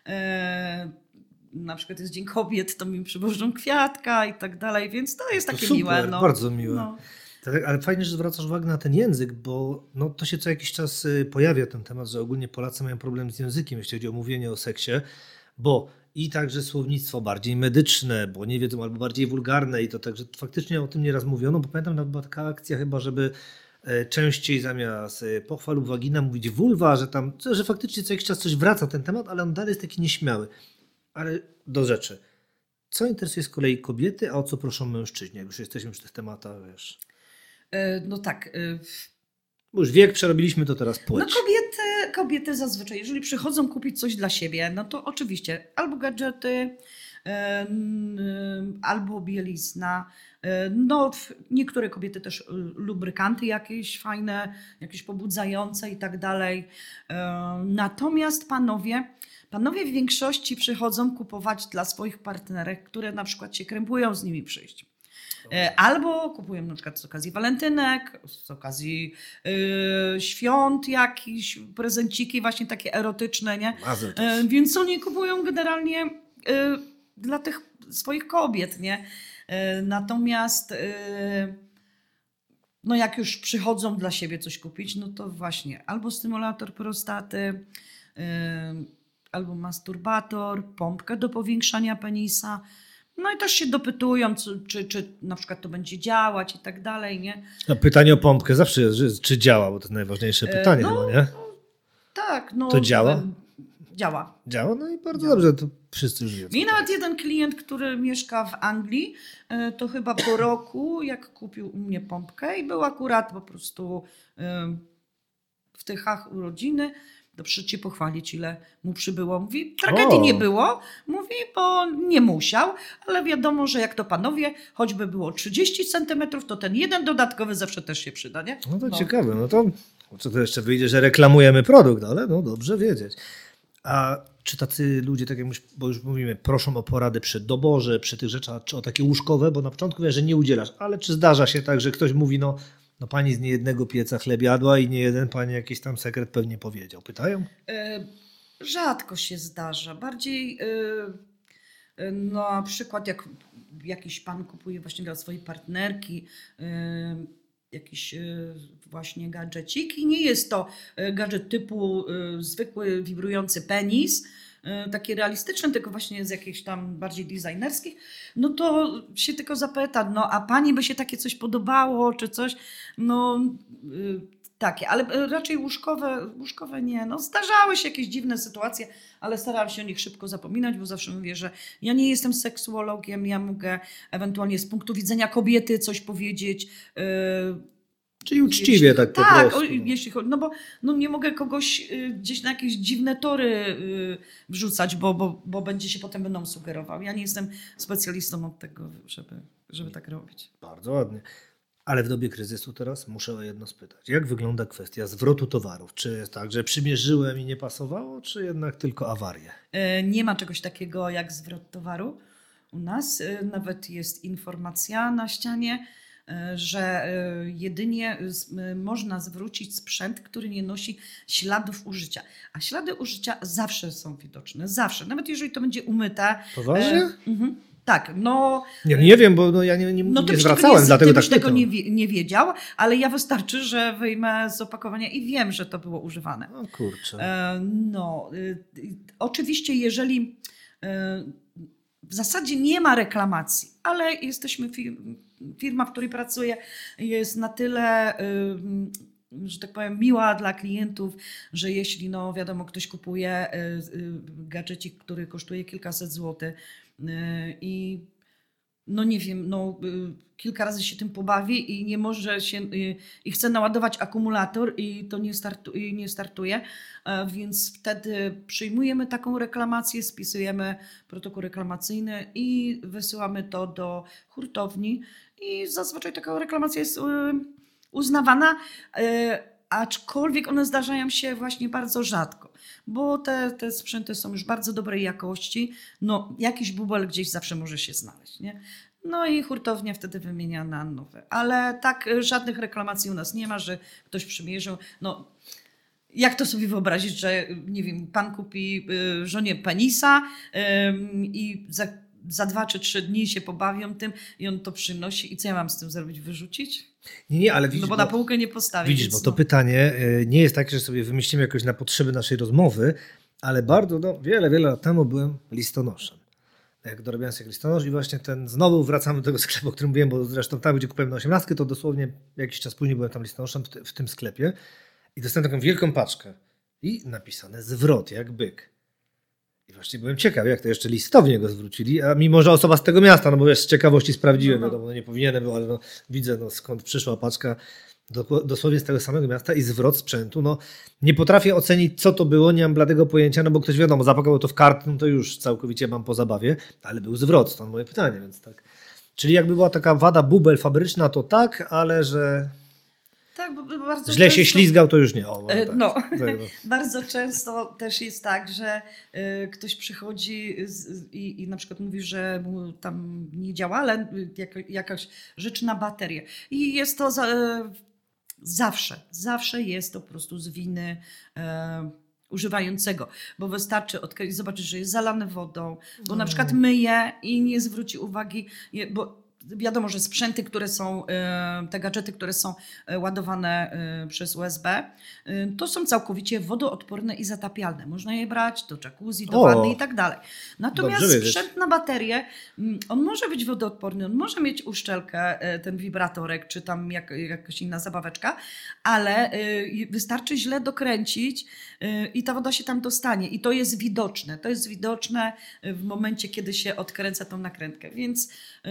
Na przykład jest Dzień Kobiet, to mi przywożą kwiatka i tak dalej, więc to jest takie super, miłe. No. Bardzo miłe. No. Tak, ale fajnie, że zwracasz uwagę na ten język, bo no, to się co jakiś czas pojawia ten temat, że ogólnie Polacy mają problem z językiem, jeśli chodzi o mówienie o seksie, bo i także słownictwo bardziej medyczne, bo nie wiedzą, albo bardziej wulgarne i to także faktycznie o tym nieraz mówiono, bo pamiętam, nawet była taka akcja chyba, żeby częściej zamiast pochwa lub wagina mówić vulva, że faktycznie co jakiś czas coś wraca ten temat, ale on dalej jest taki nieśmiały. Ale do rzeczy. Co interesuje z kolei kobiety, a o co proszą mężczyźni, jak już jesteśmy przy tych tematach, wiesz? No tak. Bo już wiek przerobiliśmy, to teraz płeć. No kobiety zazwyczaj, jeżeli przychodzą kupić coś dla siebie, no to oczywiście albo gadżety, albo bielizna. No niektóre kobiety też lubrykanty jakieś fajne, jakieś pobudzające i tak dalej. Natomiast panowie w większości przychodzą kupować dla swoich partnerek, które na przykład się krępują z nimi przyjść. Albo kupują na przykład z okazji walentynek, z okazji świąt jakiś, prezenciki właśnie takie erotyczne, nie? Więc oni kupują generalnie dla tych swoich kobiet, nie? Natomiast no jak już przychodzą dla siebie coś kupić, no to właśnie albo stymulator prostaty, albo masturbator, pompkę do powiększania penisa. No i też się dopytują, czy na przykład to będzie działać i tak dalej, nie? No, pytanie o pompkę zawsze jest, czy działa, bo to jest najważniejsze pytanie, no, chyba, nie? Tak. No, to działa? działa. Działa? No i bardzo dobrze, to wszyscy już wiedzą. I nawet jeden klient, który mieszka w Anglii, to chyba po roku, jak kupił u mnie pompkę i był akurat po prostu w Tychach urodziny, to przyszedł się pochwalić, ile mu przybyło. Mówi, tragedii nie było, mówi, bo nie musiał, ale wiadomo, że jak to panowie, choćby było 30 centymetrów, to ten jeden dodatkowy zawsze też się przyda, nie? No to ciekawe, no to co to jeszcze wyjdzie, że reklamujemy produkt, ale no dobrze wiedzieć. A czy tacy ludzie, tak jak bo już mówimy, proszą o porady przy doborze, przy tych rzeczach, czy o takie łóżkowe, bo na początku wiesz, że nie udzielasz, ale czy zdarza się tak, że ktoś mówi, no pani z niejednego pieca chleb jadła i niejeden pani jakiś tam sekret pewnie powiedział. Pytają? Rzadko się zdarza. Bardziej na przykład jak jakiś pan kupuje właśnie dla swojej partnerki jakiś właśnie gadżecik i nie jest to gadżet typu zwykły wibrujący penis, takie realistyczne, tylko właśnie z jakichś tam bardziej designerskich, no to się tylko zapyta, no a pani by się takie coś podobało, czy coś, no takie, ale raczej łóżkowe nie, no zdarzały się jakieś dziwne sytuacje, ale starałam się o nich szybko zapominać, bo zawsze mówię, że ja nie jestem seksuologiem, ja mogę ewentualnie z punktu widzenia kobiety coś powiedzieć, czyli uczciwie tak po prostu. Tak, jeśli chodzi, no bo no nie mogę kogoś gdzieś na jakieś dziwne tory wrzucać, bo będzie się potem będą sugerował. Ja nie jestem specjalistą od tego, żeby tak robić. Bardzo ładnie. Ale w dobie kryzysu teraz muszę o jedno spytać. Jak wygląda kwestia zwrotu towarów? Czy jest tak, że przymierzyłem i nie pasowało, czy jednak tylko awarie? Nie ma czegoś takiego jak zwrot towaru u nas. Nawet jest informacja na ścianie, że jedynie można zwrócić sprzęt, który nie nosi śladów użycia. A ślady użycia zawsze są widoczne. Zawsze. Nawet jeżeli to będzie umyte. Poważnie? Tak, no... Nie wiem, bo no ja nie zwracałem, dlatego tak tego nie wiedział, ale ja wystarczy, że wyjmę z opakowania i wiem, że to było używane. O kurczę. Oczywiście, jeżeli w zasadzie nie ma reklamacji, ale jesteśmy firma, w której pracuję, jest na tyle... że tak powiem, miła dla klientów, że jeśli, no wiadomo, ktoś kupuje gadżecik, który kosztuje kilkaset złotych i no nie wiem, no kilka razy się tym pobawi i nie może się, i chce naładować akumulator i to nie startuje, więc wtedy przyjmujemy taką reklamację, spisujemy protokół reklamacyjny i wysyłamy to do hurtowni i zazwyczaj taka reklamacja jest uznawana, aczkolwiek one zdarzają się właśnie bardzo rzadko, bo te sprzęty są już bardzo dobrej jakości, no jakiś bubel gdzieś zawsze może się znaleźć, nie? No i hurtownia wtedy wymienia na nowe, ale tak żadnych reklamacji u nas nie ma, że ktoś przymierzył, no jak to sobie wyobrazić, że nie wiem, pan kupi żonie penisa i za 2 czy 3 dni się pobawią tym i on to przynosi i co ja mam z tym zrobić? Wyrzucić? Nie, ale widzisz, no bo na półkę nie postawię. Widzisz, bo to pytanie nie jest takie, że sobie wymyślimy jakoś na potrzeby naszej rozmowy, ale bardzo, wiele lat temu byłem listonoszem. Jak dorabiałem sobie listonosz i właśnie znowu wracamy do tego sklepu, o którym mówiłem, bo zresztą tam, gdzie kupiłem na 18, to dosłownie jakiś czas później byłem tam listonoszem w tym sklepie i dostałem taką wielką paczkę i napisane zwrot, jak byk. I właśnie byłem ciekaw, jak to jeszcze listownie go zwrócili, a mimo, że osoba z tego miasta, no bo wiesz, z ciekawości sprawdziłem, wiadomo, no nie powinienem był, ale widzę, skąd przyszła paczka, dosłownie z tego samego miasta i zwrot sprzętu, nie potrafię ocenić, co to było, nie mam bladego pojęcia, bo ktoś wiadomo, zapakował to w karton, to już całkowicie mam po zabawie, ale był zwrot, stąd moje pytanie, więc tak. Czyli jakby była taka wada bubel fabryczna, to tak, ale że... Tak, bo bardzo źle często, się ślizgał, to już nie. Bardzo często też jest tak, że ktoś przychodzi i na przykład mówi, że mu tam nie działa, ale jakaś rzecz na baterię. I jest to zawsze jest to po prostu z winy używającego, bo wystarczy zobaczyć, że jest zalane wodą, bo na przykład myje i nie zwróci uwagi, bo wiadomo, że sprzęty, które są, te gadżety, które są ładowane przez USB, to są całkowicie wodoodporne i zatapialne. Można je brać do jacuzzi, do wanny i tak dalej. Natomiast sprzęt na baterię, on może być wodoodporny, on może mieć uszczelkę, ten wibratorek, czy tam jakaś inna zabaweczka, ale wystarczy źle dokręcić i ta woda się tam dostanie. I to jest widoczne. To jest widoczne w momencie, kiedy się odkręca tą nakrętkę. Więc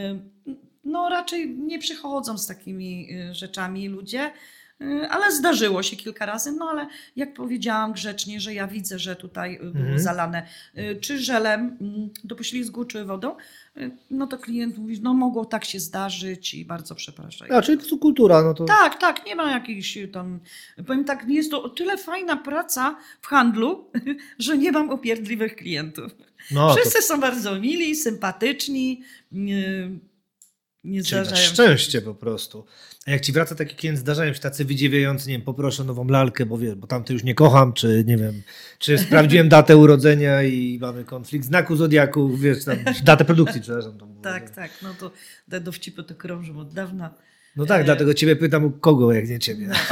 no raczej nie przychodzą z takimi rzeczami ludzie, ale zdarzyło się kilka razy, no ale jak powiedziałam grzecznie, że ja widzę, że tutaj było zalane czy żelem do poślizgu, czy wodą, no to klient mówi, no mogło tak się zdarzyć i bardzo przepraszam. A, czyli to kultura, no to... Tak, nie ma jakiejś tam, powiem tak, jest to o tyle fajna praca w handlu, że nie mam upierdliwych klientów. No, Wszyscy są bardzo mili, sympatyczni, nie czyli zdarzają się. szczęście po prostu. A jak ci wraca taki klient, zdarzają się tacy wydziwiający, nie wiem, poproszę nową lalkę, bo wiesz, bo tamte już nie kocham, czy nie wiem, czy sprawdziłem datę urodzenia i mamy konflikt znaku zodiaku, wiesz, tam, datę produkcji, przepraszam. Tak, no to te dowcipy to krążą od dawna. No tak, dlatego ciebie pytam, u kogo, jak nie ciebie. No.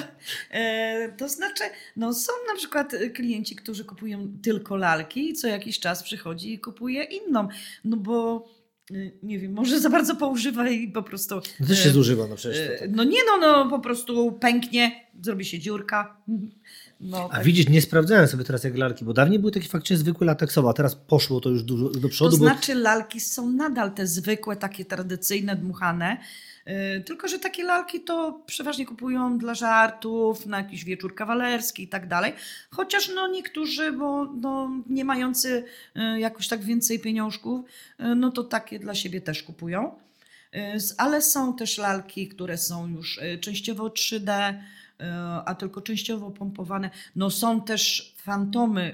To znaczy, no są na przykład klienci, którzy kupują tylko lalki i co jakiś czas przychodzi i kupuje inną, no bo nie wiem, może za bardzo poużywa i po prostu... No też się zużywa, no przecież to tak. No nie, no po prostu pęknie, zrobi się dziurka. No, A tak. widzisz, nie sprawdzałem sobie teraz jak lalki, bo dawniej były takie faktycznie zwykłe lateksowe, a teraz poszło to już dużo do przodu. To znaczy lalki są nadal te zwykłe, takie tradycyjne, dmuchane, tylko że takie lalki to przeważnie kupują dla żartów, na jakiś wieczór kawalerski i tak dalej. Chociaż no niektórzy, bo no, nie mający jakoś tak więcej pieniążków, no to takie dla siebie też kupują. Ale są też lalki, które są już częściowo 3D, a tylko częściowo pompowane. No są też fantomy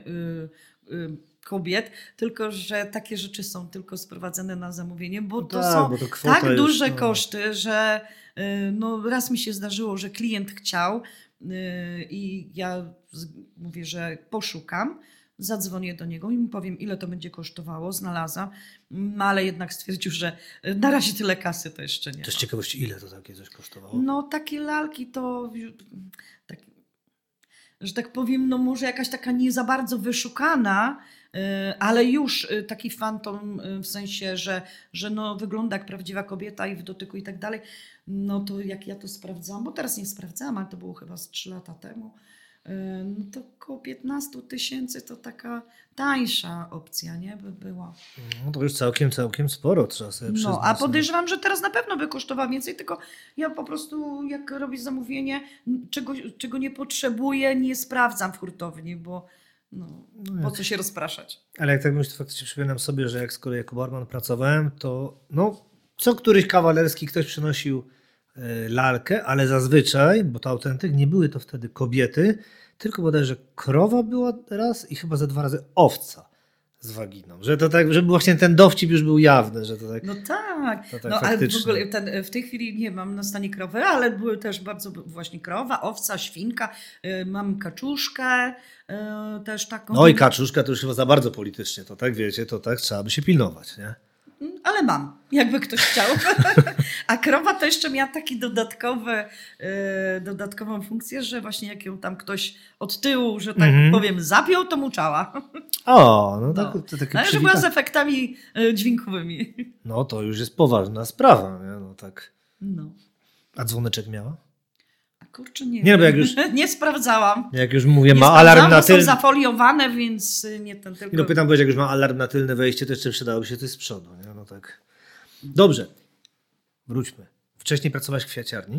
kobiet, tylko że takie rzeczy są tylko sprowadzane na zamówienie, bo to są bo to tak jest, duże koszty, że no raz mi się zdarzyło, że klient chciał i ja mówię, że poszukam, zadzwonię do niego i mu powiem, ile to będzie kosztowało, znalazłam, no ale jednak stwierdził, że na razie tyle kasy to jeszcze nie. To z ciekawości, ile to takie coś kosztowało? No takie lalki to, tak, że tak powiem, no może jakaś taka nie za bardzo wyszukana, ale już taki fantom w sensie, że no wygląda jak prawdziwa kobieta i w dotyku i tak dalej, no to jak ja to sprawdzałam, bo teraz nie sprawdzałam, ale to było chyba z 3 lata temu, no to około 15 000 to taka tańsza opcja, nie? By była. No to już całkiem sporo trzeba sobie przyznać. No, a podejrzewam, że teraz na pewno by kosztowała więcej, tylko ja po prostu jak robię zamówienie, czego nie potrzebuję, nie sprawdzam w hurtowni, bo po co się rozpraszać. Ale jak tak myślę, to faktycznie przypominam sobie, że jak z kolei jako barman pracowałem, to no, co któryś kawalerski ktoś przynosił lalkę, ale zazwyczaj, bo to autentyk, nie były to wtedy kobiety, tylko bodajże krowa była raz i chyba ze 2 razy owca z waginą. Że to tak, żeby właśnie ten dowcip już był jawny, że to tak. No tak, to tak no ale w faktycznie. ogóle w tej chwili nie mam na stanie krowy, ale były też bardzo właśnie krowa, owca, świnka, mam kaczuszkę też taką. No i kaczuszka to już chyba za bardzo politycznie, to tak wiecie, to tak trzeba by się pilnować, nie? Ale mam, jakby ktoś chciał. A krowa to jeszcze miała taki dodatkową funkcję, że właśnie jak ją tam ktoś od tyłu, że tak powiem, zapiął, to muczała. O, no tak. To takie ale że była z efektami dźwiękowymi. No to już jest poważna sprawa, nie? No tak. No. A dzwoneczek miała? A kurczę, nie Nie, wiem. bo jak już, nie sprawdzałam. jak już mówię, Nie ma alarm na są tylne. zafoliowane, więc nie ten tylko. No pytam, bo jak już ma alarm na tylne wejście, to jeszcze przydałoby się coś z przodu, nie? No tak. Dobrze. Wróćmy. Wcześniej pracowałeś w kwiaciarni.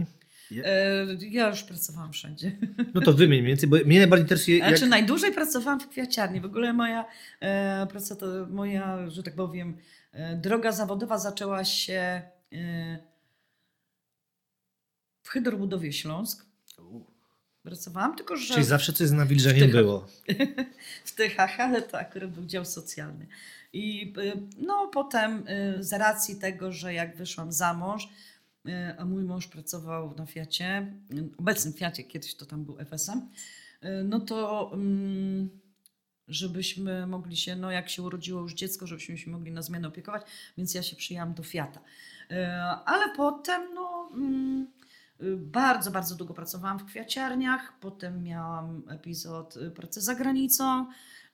Ja już pracowałam wszędzie. No to wymień mniej więcej, bo mnie najbardziej interesuje... Znaczy najdłużej pracowałam w kwiaciarni. W ogóle moja praca, to moja, że tak powiem, droga zawodowa zaczęła się w Hydrobudowie Śląsk. Pracowałam, tylko że... Czyli zawsze coś z nawilżeniem było. W Tychach, ale to akurat był dział socjalny. I no potem z racji tego, że jak wyszłam za mąż, a mój mąż pracował na Fiacie, obecnym Fiacie, kiedyś to tam był FS-em, no to żebyśmy mogli się, no jak się urodziło już dziecko, żebyśmy się mogli na zmianę opiekować, więc ja się przyjęłam do Fiata. Ale potem bardzo, bardzo długo pracowałam w kwiaciarniach, potem miałam epizod pracy za granicą.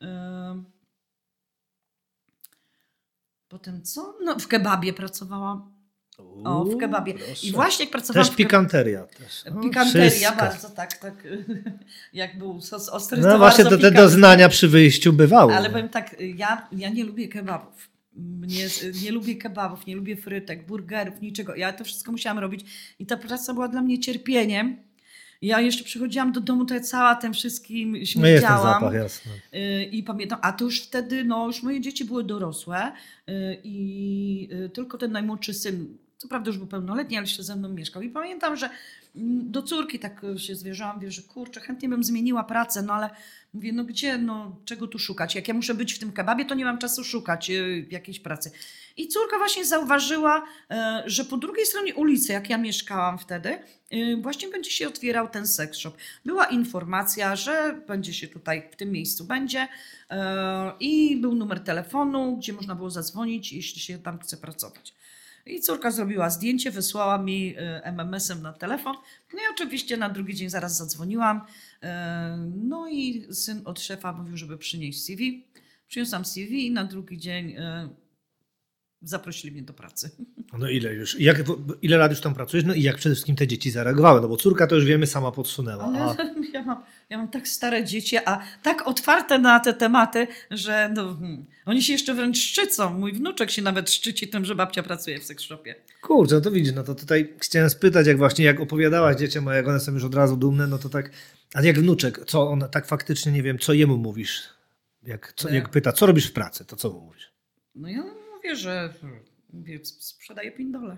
Potem co? No w kebabie pracowałam. W kebabie. Proszę. I właśnie jak pracowałam Też pikanteria. Też. Pikanteria, Wszystko. bardzo, tak. Jak był sos ostry, No to właśnie, bardzo to te pikantne. doznania przy wyjściu bywały. Ale powiem tak, ja nie lubię kebabów. Nie lubię kebabów, nie lubię frytek, burgerów, niczego. Ja to wszystko musiałam robić i ta praca była dla mnie cierpieniem. Ja jeszcze przychodziłam do domu, to ja cała tym wszystkim No jest ten śmierdziałam. zapach, jasne. I pamiętam, a to już wtedy, no już moje dzieci były dorosłe i tylko ten najmłodszy syn, co prawda już był pełnoletni, ale jeszcze ze mną mieszkał. I pamiętam, że do córki tak się zwierzałam, mówię, że kurczę, chętnie bym zmieniła pracę, no ale mówię, no gdzie, no czego tu szukać? Jak ja muszę być w tym kebabie, to nie mam czasu szukać jakiejś pracy. I córka właśnie zauważyła, że po drugiej stronie ulicy, jak ja mieszkałam wtedy, właśnie będzie się otwierał ten sex shop. Była informacja, że będzie się tutaj, w tym miejscu będzie i był numer telefonu, gdzie można było zadzwonić, jeśli się tam chce pracować. I córka zrobiła zdjęcie, wysłała mi MMS-em na telefon. No i oczywiście na drugi dzień zaraz zadzwoniłam. No i syn od szefa mówił, żeby przynieść CV. Przyniosłam CV i na drugi dzień zaprosili mnie do pracy. No ile już? Ile lat już tam pracujesz? No i jak przede wszystkim te dzieci zareagowały? No bo córka to już wiemy sama podsunęła. Ale ja mam tak stare dzieci, a tak otwarte na te tematy, że no, oni się jeszcze wręcz szczycą. Mój wnuczek się nawet szczyci tym, że babcia pracuje w seks shopie. Kurczę, no to widzisz, no to tutaj chciałem spytać, jak opowiadałaś dzieciom, a jak one są już od razu dumne, no to tak, a jak wnuczek, co on tak faktycznie, nie wiem, co jemu mówisz? Jak pyta, co robisz w pracy, to co mu mówisz? No ja mówię, że sprzedaję pindole.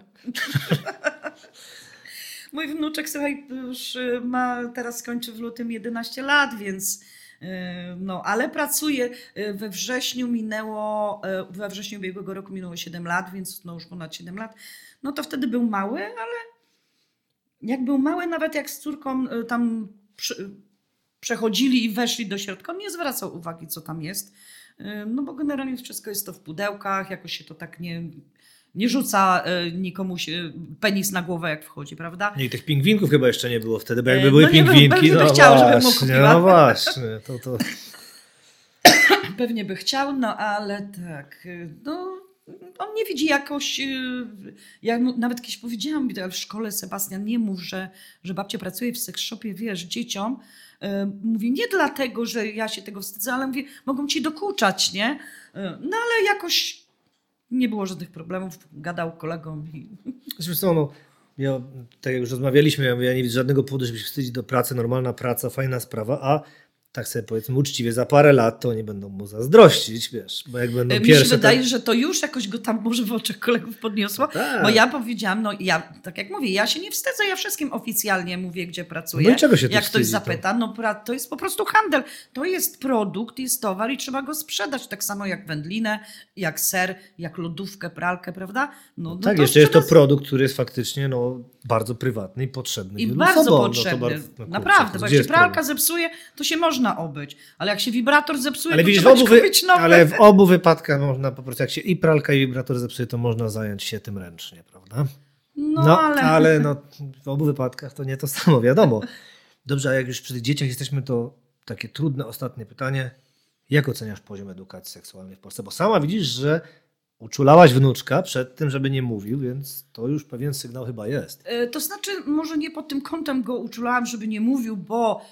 Mój wnuczek, słuchaj, już teraz skończy w lutym 11 lat, więc no, ale pracuje. We wrześniu ubiegłego roku minęło 7 lat, więc no już ponad 7 lat. No to wtedy był mały, ale jak był mały, nawet jak z córką tam przechodzili i weszli do środka, on nie zwracał uwagi, co tam jest. No bo generalnie wszystko jest to w pudełkach, jakoś się to tak nie rzuca nikomu się penis na głowę, jak wchodzi, prawda? Nie, i tych pingwinków chyba jeszcze nie było wtedy, bo jakby były pingwinki, pewnie by no chciał, żebym mu właśnie, kupiła. no właśnie, to... Pewnie by chciał, no ale tak, no on nie widzi jakoś, ja nawet kiedyś powiedziałam w szkole, Sebastian, nie mów, że babcia pracuje w seks shopie, wiesz, dzieciom. Mówię, nie dlatego, że ja się tego wstydzę, ale mówię, mogą ci dokuczać, nie? No ale jakoś nie było żadnych problemów, gadał kolegom. Zresztą, no, ja, tak jak już rozmawialiśmy, ja nie widzę żadnego powodu, żeby się wstydzić do pracy, normalna praca, fajna sprawa, a tak sobie powiedzmy uczciwie, za parę lat to nie będą mu zazdrościć, wiesz, bo jak będą Mi pierwsze... się wydaje, że to już jakoś go tam może w oczach kolegów podniosło, tak. bo ja powiedziałam, no ja, tak jak mówię, ja się nie wstydzę, ja wszystkim oficjalnie mówię, gdzie pracuję. No i czego się tu jak ktoś wstydzi, zapyta, no to jest po prostu handel, to jest produkt, jest towar i trzeba go sprzedać, tak samo jak wędlinę, jak ser, jak lodówkę, pralkę, prawda? No tak, to jeszcze jest to sprzeda- produkt, który jest faktycznie bardzo prywatny i potrzebny I wielu bardzo osobom. potrzebny, kurczę, naprawdę, to bo gdzie jak się jest pralka problem? zepsuje, to się można obyć, ale jak się wibrator zepsuje, Ale to widzisz, trzeba kupić nowe. ale w obu wypadkach można po prostu, jak się i pralka i wibrator zepsuje, to można zająć się tym ręcznie, prawda? No ale no, w obu wypadkach to nie to samo, wiadomo. Dobrze, a jak już przy tych dzieciach jesteśmy, to takie trudne ostatnie pytanie. Jak oceniasz poziom edukacji seksualnej w Polsce? Bo sama widzisz, że uczulałaś wnuczka przed tym, żeby nie mówił, więc to już pewien sygnał chyba jest. To znaczy, może nie pod tym kątem go uczulałam, żeby nie mówił, bo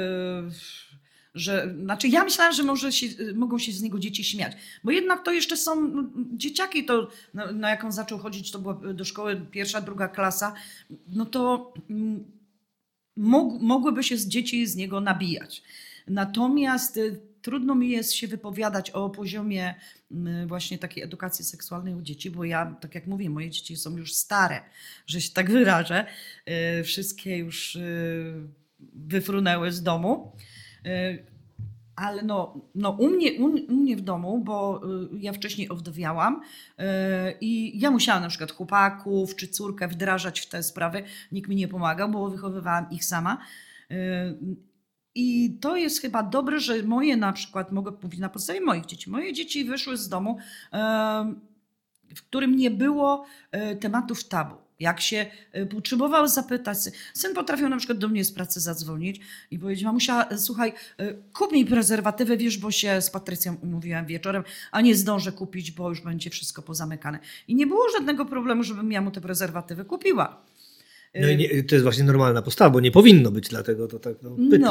znaczy ja myślałam, że mogą się z niego dzieci śmiać, bo jednak to jeszcze są dzieciaki, to na jaką zaczął chodzić, to była do szkoły 1., 2. klasa, no to mogłyby się dzieci z niego nabijać. Natomiast trudno mi jest się wypowiadać o poziomie właśnie takiej edukacji seksualnej u dzieci, bo ja, tak jak mówię, moje dzieci są już stare, że się tak wyrażę. Wszystkie już wyfrunęły z domu. Ale u mnie w domu, bo ja wcześniej owdowiałam i ja musiałam na przykład chłopaków czy córkę wdrażać w te sprawy. Nikt mi nie pomagał, bo wychowywałam ich sama. I to jest chyba dobre, że moje na przykład, mogę mówić na podstawie moich dzieci, moje dzieci wyszły z domu, w którym nie było tematów tabu. Jak się potrzebował zapytać, syn potrafił na przykład do mnie z pracy zadzwonić i powiedzieć: mamusia, słuchaj, kup mi prezerwatywę, wiesz, bo się z Patrycją umówiłam wieczorem, a nie zdążę kupić, bo już będzie wszystko pozamykane. I nie było żadnego problemu, żebym ja mu te prezerwatywy kupiła. No i nie, to jest właśnie normalna postawa, bo nie powinno być, dlatego to tak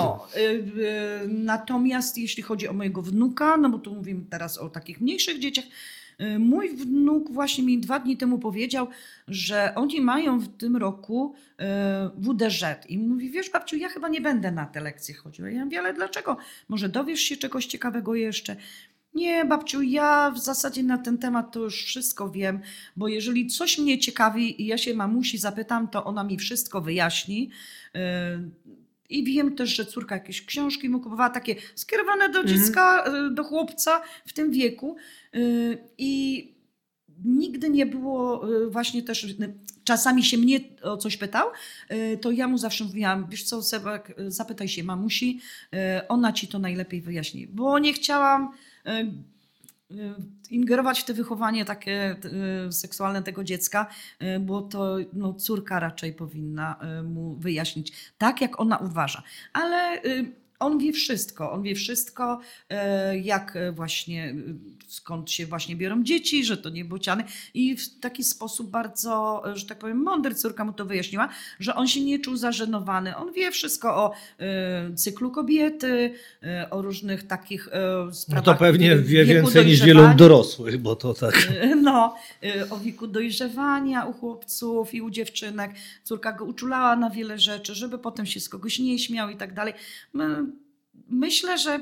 Natomiast jeśli chodzi o mojego wnuka, no bo tu mówimy teraz o takich mniejszych dzieciach, mój wnuk właśnie mi 2 dni temu powiedział, że oni mają w tym roku WDŻ i mówi: wiesz, babciu, ja chyba nie będę na te lekcje chodziła. Ja mówię: ale dlaczego? Może dowiesz się czegoś ciekawego jeszcze? Nie, babciu, ja w zasadzie na ten temat to już wszystko wiem, bo jeżeli coś mnie ciekawi i ja się mamusi zapytam, to ona mi wszystko wyjaśni. I wiem też, że córka jakieś książki mu kupowała, takie skierowane do dziecka, do chłopca w tym wieku. I nigdy nie było właśnie też, czasami się mnie o coś pytał, to ja mu zawsze mówiłam: wiesz co, Sebek, zapytaj się mamusi, ona ci to najlepiej wyjaśni. Bo nie chciałam ingerować w te wychowanie takie seksualne tego dziecka, bo to córka raczej powinna mu wyjaśnić tak, jak ona uważa. Ale on wie wszystko, jak właśnie, skąd się właśnie biorą dzieci, że to nie bociany. I w taki sposób bardzo, że tak powiem, mądry, córka mu to wyjaśniła, że on się nie czuł zażenowany. On wie wszystko o cyklu kobiety, o różnych takich sprawach. No to pewnie wie więcej niż wielu dorosłych, bo to tak. No, o wieku dojrzewania u chłopców i u dziewczynek. Córka go uczulała na wiele rzeczy, żeby potem się z kogoś nie śmiał i tak dalej. Myślę, że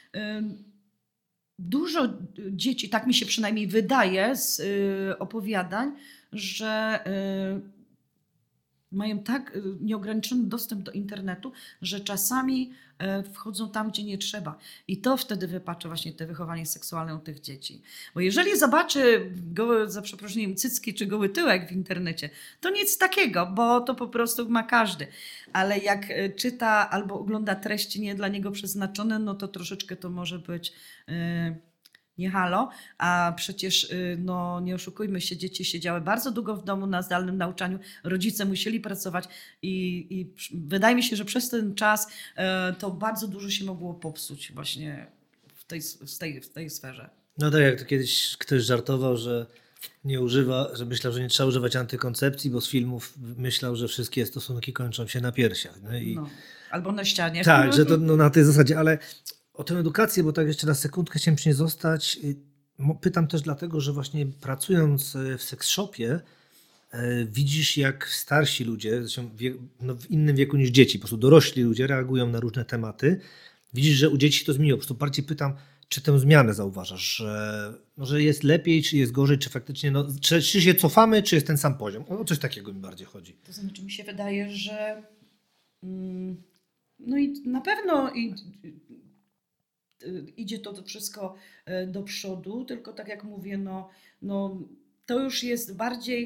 dużo dzieci, tak mi się przynajmniej wydaje z opowiadań, że mają tak nieograniczony dostęp do internetu, że czasami wchodzą tam, gdzie nie trzeba. I to wtedy wypacza właśnie te wychowanie seksualne u tych dzieci. Bo jeżeli zobaczy gołe, za przeproszeniem, cycki czy goły tyłek w internecie, to nic takiego, bo to po prostu ma każdy. Ale jak czyta albo ogląda treści nie dla niego przeznaczone, no to troszeczkę to może być nie halo, a przecież nie oszukujmy się, dzieci siedziały bardzo długo w domu na zdalnym nauczaniu, rodzice musieli pracować i wydaje mi się, że przez ten czas to bardzo dużo się mogło popsuć właśnie w tej sferze. No tak, jak to kiedyś ktoś żartował, że że myślał, że nie trzeba używać antykoncepcji, bo z filmów myślał, że wszystkie stosunki kończą się na piersiach. Albo na ścianie. Tak, że to na tej zasadzie, ale o tę edukację, bo tak jeszcze na sekundkę chciałem przy niej zostać. Pytam też dlatego, że właśnie pracując w seks shopie widzisz, jak starsi ludzie, w innym wieku niż dzieci, po prostu dorośli ludzie reagują na różne tematy. Widzisz, że u dzieci to zmieniło. Po prostu bardziej pytam, czy tę zmianę zauważasz, że jest lepiej, czy jest gorzej, czy faktycznie, czy się cofamy, czy jest ten sam poziom? O coś takiego mi bardziej chodzi. To znaczy mi się wydaje, że i na pewno idzie to wszystko do przodu, tylko tak jak mówię, to już jest bardziej,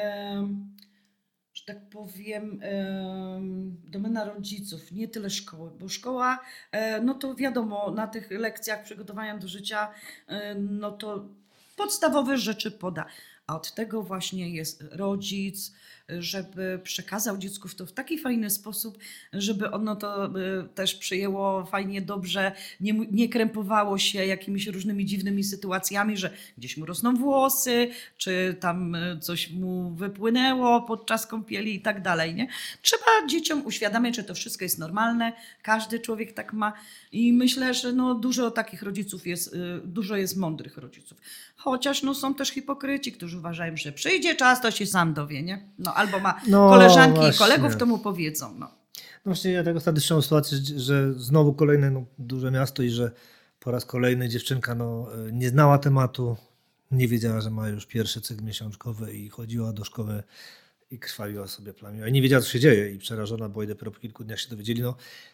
że tak powiem, domena rodziców, nie tyle szkoły, bo szkoła, to wiadomo, na tych lekcjach przygotowania do życia, to podstawowe rzeczy poda. A od tego właśnie jest rodzic, żeby przekazał dziecku to w taki fajny sposób, żeby ono to też przyjęło fajnie, dobrze, nie krępowało się jakimiś różnymi dziwnymi sytuacjami, że gdzieś mu rosną włosy, czy tam coś mu wypłynęło podczas kąpieli i tak dalej. Nie? Trzeba dzieciom uświadamiać, że to wszystko jest normalne, każdy człowiek tak ma i myślę, że dużo takich rodziców jest, dużo jest mądrych rodziców. Chociaż są też hipokryci, którzy uważają, że przyjdzie czas, to się sam dowie, nie? Albo ma koleżanki właśnie. I kolegów, to mu powiedzą. No właśnie ja tak ostatnio trzymam sytuację, że znowu kolejne duże miasto i że po raz kolejny dziewczynka nie znała tematu, nie wiedziała, że ma już pierwszy cykl miesiączkowy i chodziła do szkoły i krwawiła sobie, plamiła. I nie wiedziała, co się dzieje i przerażona była i dopiero po kilku dniach się dowiedzieli.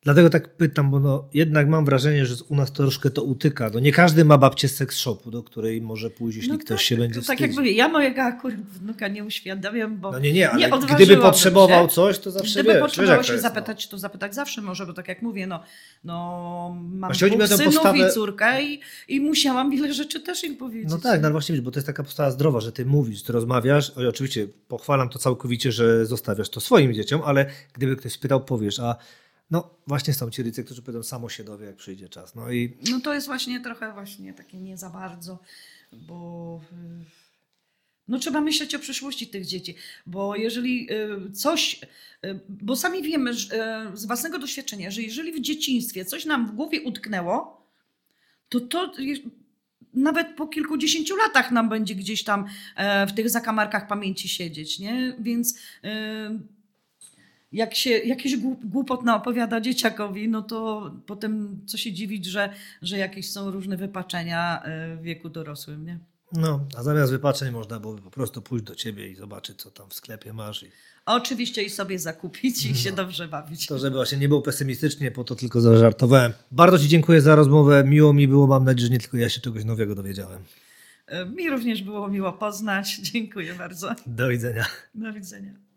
Dlatego tak pytam, bo no, jednak mam wrażenie, że u nas troszkę to utyka. No nie każdy ma babcię z seks shopu, do której może pójść, jeśli ktoś się będzie tak wstydził. jak mówię, ja mojego akurat wnuka nie uświadamiam, bo No nie, ale nie gdyby odważyłabym potrzebował się. coś, to zawsze Gdyby wiesz, potrzebował jak to się jest, zapytać, to zapytać zawsze może, bo tak jak mówię, mam Właśnie chodzi mi o dwóch tę synów postawę- i córkę i musiałam wiele rzeczy też im powiedzieć. No tak, no właśnie, bo to jest taka postawa zdrowa, że ty mówisz, ty rozmawiasz. Oj, oczywiście pochwalam to całkowicie, że zostawiasz to swoim dzieciom, ale gdyby ktoś spytał, powiesz, a no właśnie są ci rodzice, którzy powiedzą, samo się dowie, jak przyjdzie czas. No i No to jest właśnie trochę właśnie takie nie za bardzo, bo no trzeba myśleć o przyszłości tych dzieci, bo jeżeli bo sami wiemy z własnego doświadczenia, że jeżeli w dzieciństwie coś nam w głowie utknęło, to nawet po kilkudziesięciu latach nam będzie gdzieś tam w tych zakamarkach pamięci siedzieć, nie? Więc jak się jakiś głupot opowiada dzieciakowi, no to potem co się dziwić, że jakieś są różne wypaczenia w wieku dorosłym, nie? no, a zamiast wypaczeń można byłoby po prostu pójść do ciebie i zobaczyć, co tam w sklepie masz. I Oczywiście i sobie zakupić i się dobrze bawić. to, żeby właśnie nie było pesymistycznie, po to tylko zażartowałem. Bardzo ci dziękuję za rozmowę. Miło mi było, mam nadzieję, że nie tylko ja się czegoś nowego dowiedziałem. Mi również było miło poznać. Dziękuję bardzo. Do widzenia. Do widzenia.